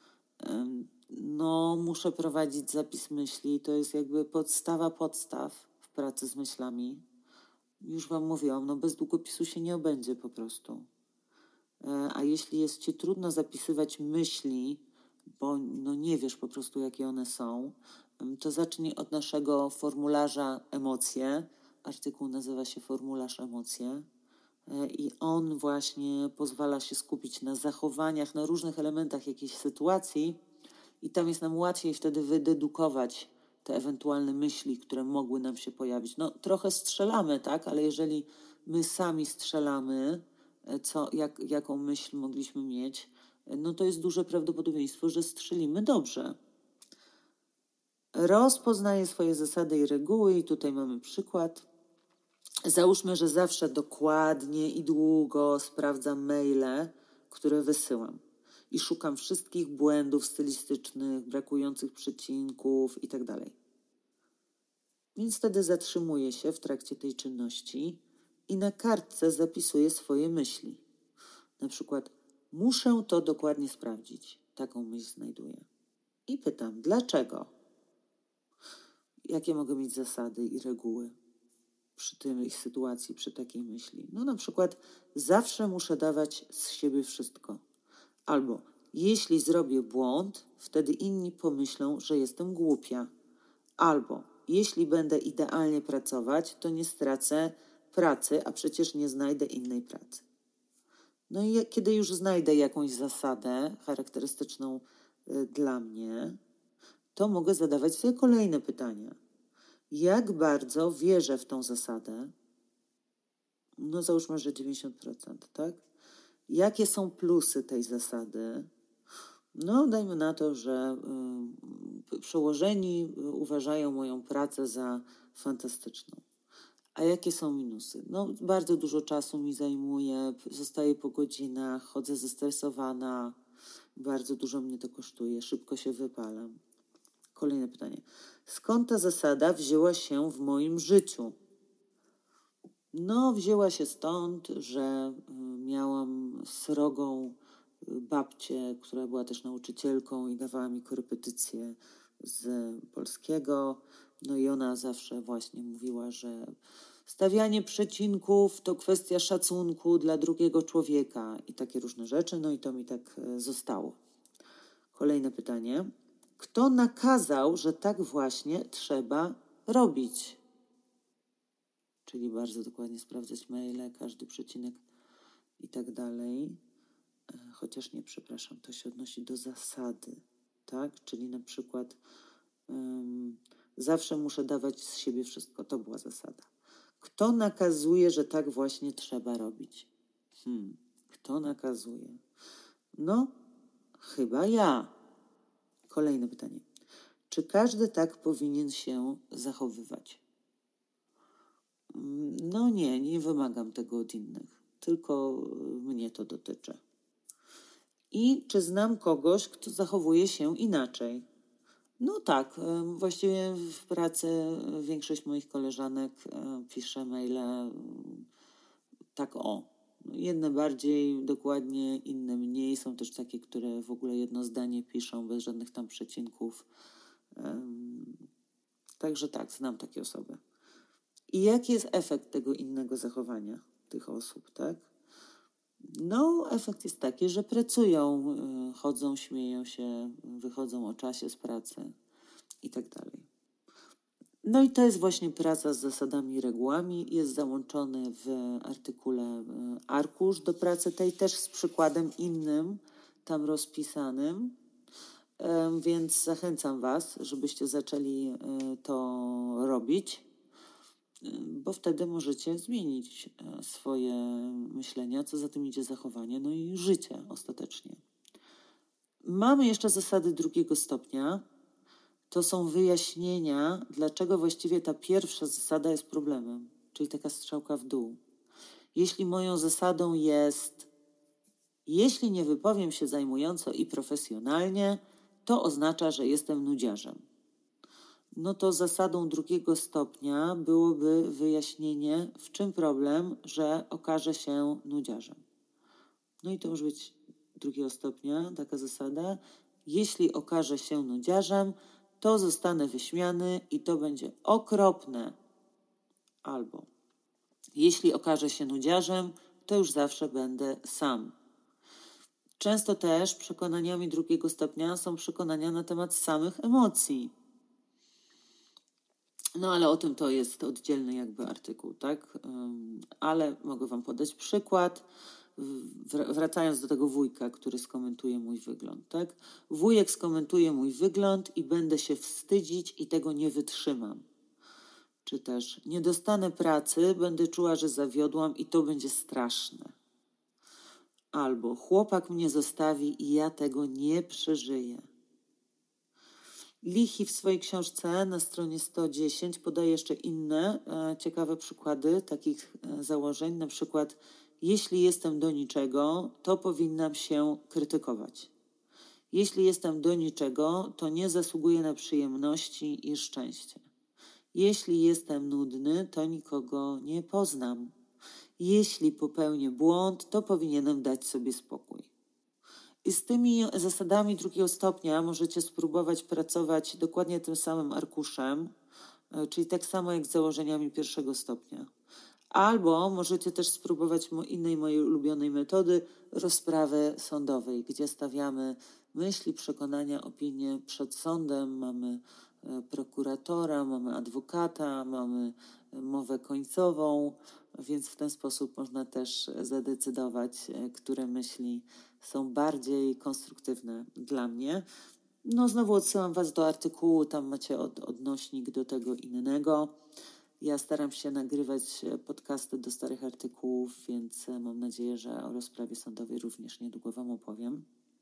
No, muszę prowadzić zapis myśli, to jest jakby podstawa podstaw w pracy z myślami. Już wam mówiłam, no bez długopisu się nie obędzie po prostu. A jeśli jest ci trudno zapisywać myśli, bo no nie wiesz po prostu, jakie one są, to zacznij od naszego formularza emocje. Artykuł nazywa się Formularz emocje i on właśnie pozwala się skupić na zachowaniach, na różnych elementach jakiejś sytuacji i tam jest nam łatwiej wtedy wydedukować te ewentualne myśli, które mogły nam się pojawić. No trochę strzelamy, tak, ale jeżeli my sami strzelamy, co, jak, jaką myśl mogliśmy mieć, no to jest duże prawdopodobieństwo, że strzelimy dobrze. Rozpoznaję swoje zasady i reguły i tutaj mamy przykład. Załóżmy, że zawsze dokładnie i długo sprawdzam maile, które wysyłam i szukam wszystkich błędów stylistycznych, brakujących przecinków itd. Więc wtedy zatrzymuję się w trakcie tej czynności i na kartce zapisuję swoje myśli. Na przykład muszę to dokładnie sprawdzić. Taką myśl znajduję. I pytam, dlaczego? Jakie mogę mieć zasady i reguły przy tej sytuacji, przy takiej myśli? No na przykład zawsze muszę dawać z siebie wszystko. Albo jeśli zrobię błąd, wtedy inni pomyślą, że jestem głupia. Albo jeśli będę idealnie pracować, to nie stracę pracy, a przecież nie znajdę innej pracy. No i kiedy już znajdę jakąś zasadę charakterystyczną y, dla mnie, to mogę zadawać sobie kolejne pytania. Jak bardzo wierzę w tą zasadę? No załóżmy, że dziewięćdziesiąt procent, tak? Jakie są plusy tej zasady? No dajmy na to, że y, przełożeni uważają moją pracę za fantastyczną. A jakie są minusy? No bardzo dużo czasu mi zajmuje, zostaję po godzinach, chodzę zestresowana, bardzo dużo mnie to kosztuje, szybko się wypalam. Kolejne pytanie. Skąd ta zasada wzięła się w moim życiu? No, wzięła się stąd, że miałam srogą babcię, która była też nauczycielką i dawała mi korepetycje z polskiego. No i ona zawsze właśnie mówiła, że stawianie przecinków to kwestia szacunku dla drugiego człowieka i takie różne rzeczy. No i to mi tak zostało. Kolejne pytanie. Kto nakazał, że tak właśnie trzeba robić? Czyli bardzo dokładnie sprawdzać maile, każdy przecinek i tak dalej. Chociaż nie, przepraszam, to się odnosi do zasady, tak? Czyli na przykład um, zawsze muszę dawać z siebie wszystko. To była zasada. Kto nakazuje, że tak właśnie trzeba robić? Hmm, kto nakazuje? No, chyba ja. Kolejne pytanie. Czy każdy tak powinien się zachowywać? No nie, nie wymagam tego od innych. Tylko mnie to dotyczy. I czy znam kogoś, kto zachowuje się inaczej? No tak, właściwie w pracy większość moich koleżanek pisze maile tak o. Jedne bardziej dokładnie, inne mniej. Są też takie, które w ogóle jedno zdanie piszą bez żadnych tam przecinków. Także tak, znam takie osoby. I jaki jest efekt tego innego zachowania tych osób, tak? No, efekt jest taki, że pracują, chodzą, śmieją się, wychodzą o czasie z pracy i tak dalej. No i to jest właśnie praca z zasadami i regułami. Jest załączony w artykule arkusz do pracy tej, też z przykładem innym, tam rozpisanym. Więc zachęcam Was, żebyście zaczęli to robić, bo wtedy możecie zmienić swoje myślenie, a co za tym idzie zachowanie, no i życie ostatecznie. Mamy jeszcze zasady drugiego stopnia. To są wyjaśnienia, dlaczego właściwie ta pierwsza zasada jest problemem, czyli taka strzałka w dół. Jeśli moją zasadą jest, jeśli nie wypowiem się zajmująco i profesjonalnie, to oznacza, że jestem nudziarzem. No to zasadą drugiego stopnia byłoby wyjaśnienie, w czym problem, że okaże się nudziarzem. No i to może być drugiego stopnia, taka zasada. Jeśli okaże się nudziarzem, to zostanę wyśmiany i to będzie okropne. Albo jeśli okaże się nudziarzem, to już zawsze będę sam. Często też przekonaniami drugiego stopnia są przekonania na temat samych emocji. No ale o tym to jest oddzielny jakby artykuł, tak? Ale mogę Wam podać przykład, wracając do tego wujka, który skomentuje mój wygląd, tak? Wujek skomentuje mój wygląd i będę się wstydzić i tego nie wytrzymam. Czy też nie dostanę pracy, będę czuła, że zawiodłam i to będzie straszne. Albo chłopak mnie zostawi i ja tego nie przeżyję. Lichy w swojej książce na stronie sto dziesięć podaje jeszcze inne e, ciekawe przykłady takich e, założeń. Na przykład, jeśli jestem do niczego, to powinnam się krytykować. Jeśli jestem do niczego, to nie zasługuję na przyjemności i szczęście. Jeśli jestem nudny, to nikogo nie poznam. Jeśli popełnię błąd, to powinienem dać sobie spokój. I z tymi zasadami drugiego stopnia możecie spróbować pracować dokładnie tym samym arkuszem, czyli tak samo jak z założeniami pierwszego stopnia. Albo możecie też spróbować innej mojej ulubionej metody, rozprawy sądowej, gdzie stawiamy myśli, przekonania, opinie przed sądem, mamy prokuratora, mamy adwokata, mamy mowę końcową, więc w ten sposób można też zadecydować, które myśli są bardziej konstruktywne dla mnie. No znowu odsyłam Was do artykułu, tam macie od, odnośnik do tego innego. Ja staram się nagrywać podcasty do starych artykułów, więc mam nadzieję, że o rozprawie sądowej również niedługo Wam opowiem.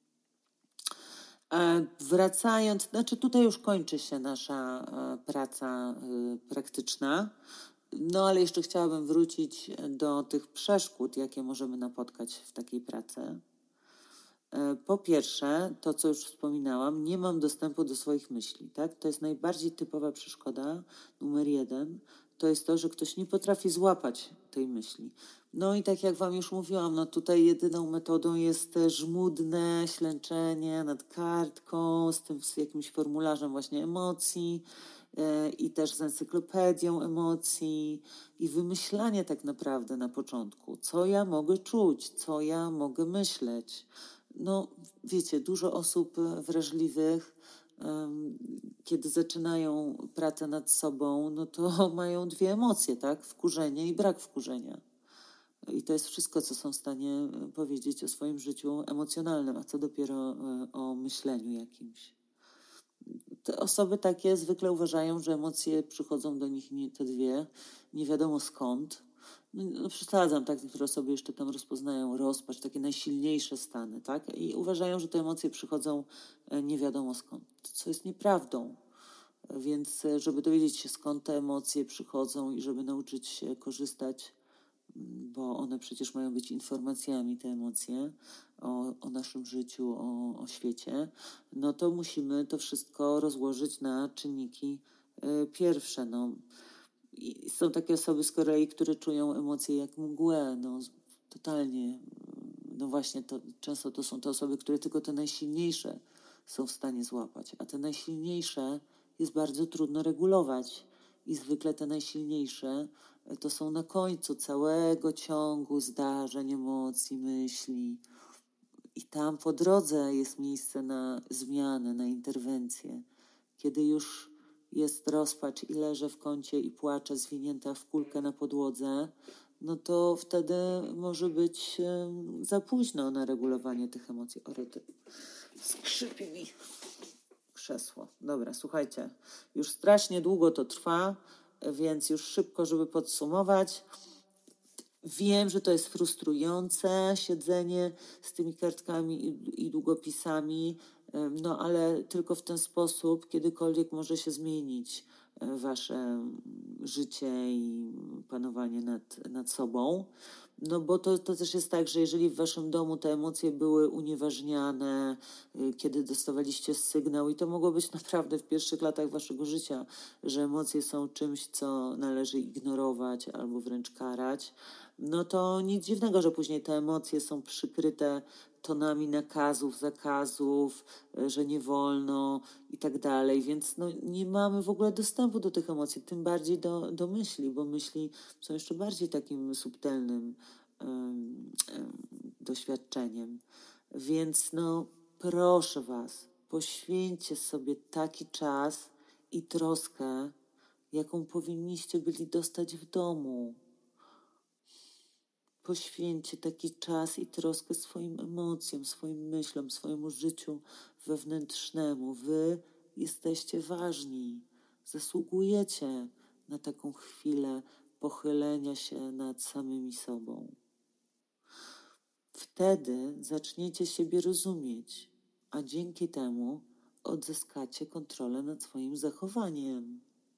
Wracając, znaczy tutaj już kończy się nasza praca praktyczna, no ale jeszcze chciałabym wrócić do tych przeszkód, jakie możemy napotkać w takiej pracy. Po pierwsze, to co już wspominałam, nie mam dostępu do swoich myśli, tak? To jest najbardziej typowa przeszkoda, numer jeden. To jest to, że ktoś nie potrafi złapać tej myśli. No i tak jak Wam już mówiłam, no tutaj jedyną metodą jest żmudne ślęczenie nad kartką z tym z jakimś formularzem właśnie emocji yy, i też z encyklopedią emocji i wymyślanie tak naprawdę na początku, co ja mogę czuć, co ja mogę myśleć. No wiecie, dużo osób wrażliwych, kiedy zaczynają pracę nad sobą, no to mają dwie emocje, tak? Wkurzenie i brak wkurzenia. I to jest wszystko, co są w stanie powiedzieć o swoim życiu emocjonalnym, a co dopiero o myśleniu jakimś. Te osoby takie zwykle uważają, że emocje przychodzą do nich nie te dwie, nie wiadomo skąd. No, no przesadzam, tak? Niektóre osoby jeszcze tam rozpoznają rozpacz, takie najsilniejsze stany, tak? I uważają, że te emocje przychodzą nie wiadomo skąd, co jest nieprawdą. Więc żeby dowiedzieć się, skąd te emocje przychodzą i żeby nauczyć się korzystać bo one przecież mają być informacjami, te emocje o, o naszym życiu, o, o świecie, no to musimy to wszystko rozłożyć na czynniki y, pierwsze. No. I są takie osoby z kolei, które czują emocje jak mgłę, no totalnie. No właśnie, to, często to są te osoby, które tylko te najsilniejsze są w stanie złapać, a te najsilniejsze jest bardzo trudno regulować. I zwykle te najsilniejsze to są na końcu całego ciągu zdarzeń, emocji, myśli. I tam po drodze jest miejsce na zmianę, na interwencję. Kiedy już jest rozpacz i leżę w kącie i płaczę zwinięta w kulkę na podłodze, no to wtedy może być um, za późno na regulowanie tych emocji. O, rety, skrzypi mi krzesło. Dobra, słuchajcie, już strasznie długo to trwa, więc już szybko, żeby podsumować. Wiem, że to jest frustrujące siedzenie z tymi kartkami i, i długopisami, no ale tylko w ten sposób kiedykolwiek może się zmienić wasze życie i panowanie nad, nad sobą. No bo to, to też jest tak, że jeżeli w waszym domu te emocje były unieważniane, kiedy dostawaliście sygnał, i to mogło być naprawdę w pierwszych latach waszego życia, że emocje są czymś, co należy ignorować albo wręcz karać, no to nic dziwnego, że później te emocje są przykryte tonami nakazów, zakazów, że nie wolno i tak dalej, więc no, nie mamy w ogóle dostępu do tych emocji, tym bardziej do, do myśli, bo myśli są jeszcze bardziej takim subtelnym um, um, doświadczeniem. Więc no proszę was, poświęćcie sobie taki czas i troskę, jaką powinniście byli dostać w domu. Poświęćcie taki czas i troskę swoim emocjom, swoim myślom, swojemu życiu wewnętrznemu. Wy jesteście ważni. Zasługujecie na taką chwilę pochylenia się nad samymi sobą. Wtedy zaczniecie siebie rozumieć, a dzięki temu odzyskacie kontrolę nad swoim zachowaniem.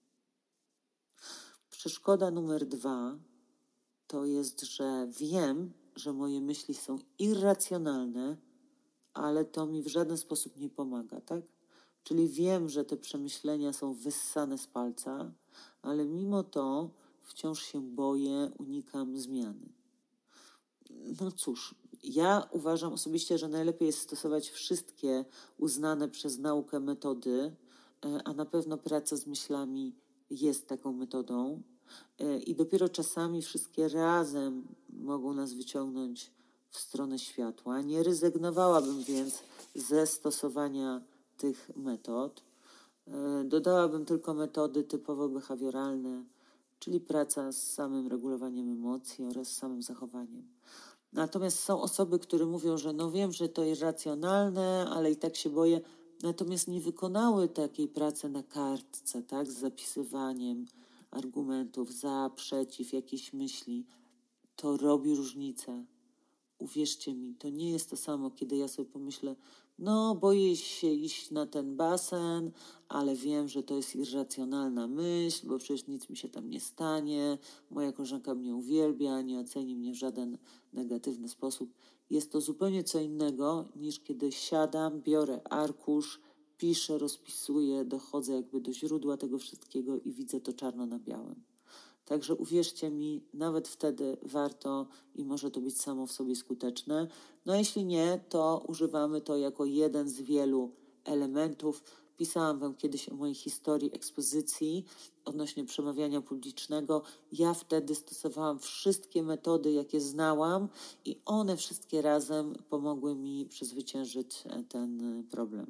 Przeszkoda numer dwa to jest, że wiem, że moje myśli są irracjonalne, ale to mi w żaden sposób nie pomaga, tak? Czyli wiem, że te przemyślenia są wyssane z palca, ale mimo to wciąż się boję, unikam zmiany. No cóż, ja uważam osobiście, że najlepiej jest stosować wszystkie uznane przez naukę metody, a na pewno praca z myślami jest taką metodą. I dopiero czasami wszystkie razem mogą nas wyciągnąć w stronę światła. Nie rezygnowałabym więc ze stosowania tych metod. Dodałabym tylko metody typowo behawioralne, czyli praca z samym regulowaniem emocji oraz samym zachowaniem. Natomiast są osoby, które mówią, że no wiem, że to jest racjonalne, ale i tak się boję. Natomiast nie wykonały takiej pracy na kartce, tak, z zapisywaniem argumentów za, przeciw, jakiejś myśli. To robi różnicę. Uwierzcie mi, to nie jest to samo, kiedy ja sobie pomyślę, no boję się iść na ten basen, ale wiem, że to jest irracjonalna myśl, bo przecież nic mi się tam nie stanie, moja koleżanka mnie uwielbia, nie oceni mnie w żaden negatywny sposób. Jest to zupełnie co innego, niż kiedy siadam, biorę arkusz, piszę, rozpisuję, dochodzę jakby do źródła tego wszystkiego i widzę to czarno na białym. Także uwierzcie mi, nawet wtedy warto i może to być samo w sobie skuteczne. No a jeśli nie, to używamy to jako jeden z wielu elementów. Pisałam wam kiedyś o mojej historii ekspozycji odnośnie przemawiania publicznego. Ja wtedy stosowałam wszystkie metody, jakie znałam i one wszystkie razem pomogły mi przezwyciężyć ten problem.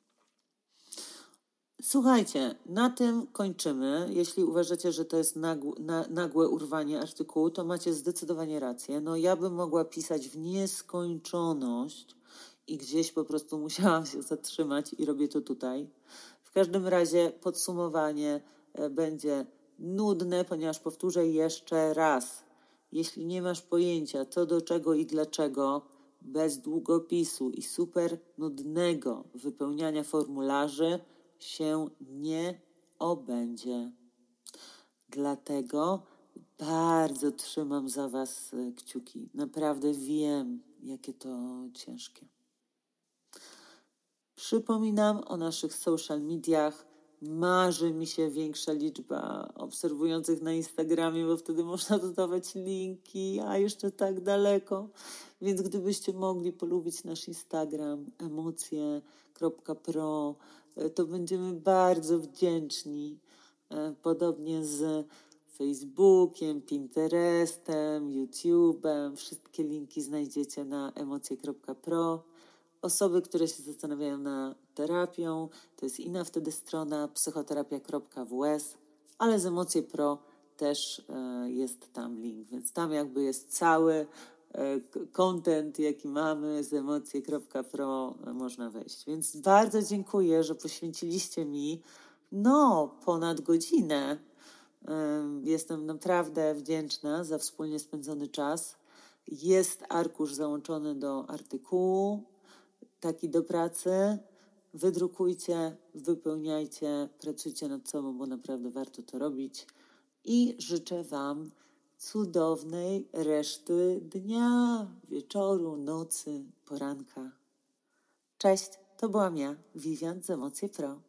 Słuchajcie, na tym kończymy. Jeśli uważacie, że to jest nagłe, na, nagłe urwanie artykułu, to macie zdecydowanie rację. No ja bym mogła pisać w nieskończoność i gdzieś po prostu musiałam się zatrzymać i robię to tutaj. W każdym razie podsumowanie będzie nudne, ponieważ powtórzę jeszcze raz. Jeśli nie masz pojęcia co do czego i dlaczego, bez długopisu i super nudnego wypełniania formularzy się nie obędzie. Dlatego bardzo trzymam za Was kciuki. Naprawdę wiem, jakie to ciężkie. Przypominam o naszych social mediach. Marzy mi się większa liczba obserwujących na Instagramie, bo wtedy można dodawać linki, a jeszcze tak daleko. Więc gdybyście mogli polubić nasz Instagram emocje kropka pro, to będziemy bardzo wdzięczni. Podobnie z Facebookiem, Pinterestem, YouTube'em. Wszystkie linki znajdziecie na emocje kropka pro. Osoby, które się zastanawiają nad terapią, to jest inna wtedy strona psychoterapia kropka w s, ale z Emocje Pro też e, jest tam link, więc tam jakby jest cały e, content, jaki mamy z emocje kropka pro, e, można wejść. Więc bardzo dziękuję, że poświęciliście mi no ponad godzinę. E, jestem naprawdę wdzięczna za wspólnie spędzony czas. Jest arkusz załączony do artykułu, taki do pracy. Wydrukujcie, wypełniajcie, pracujcie nad sobą, bo naprawdę warto to robić. I życzę Wam cudownej reszty dnia, wieczoru, nocy, poranka. Cześć, to byłam ja, Vivian z Emocje Pro.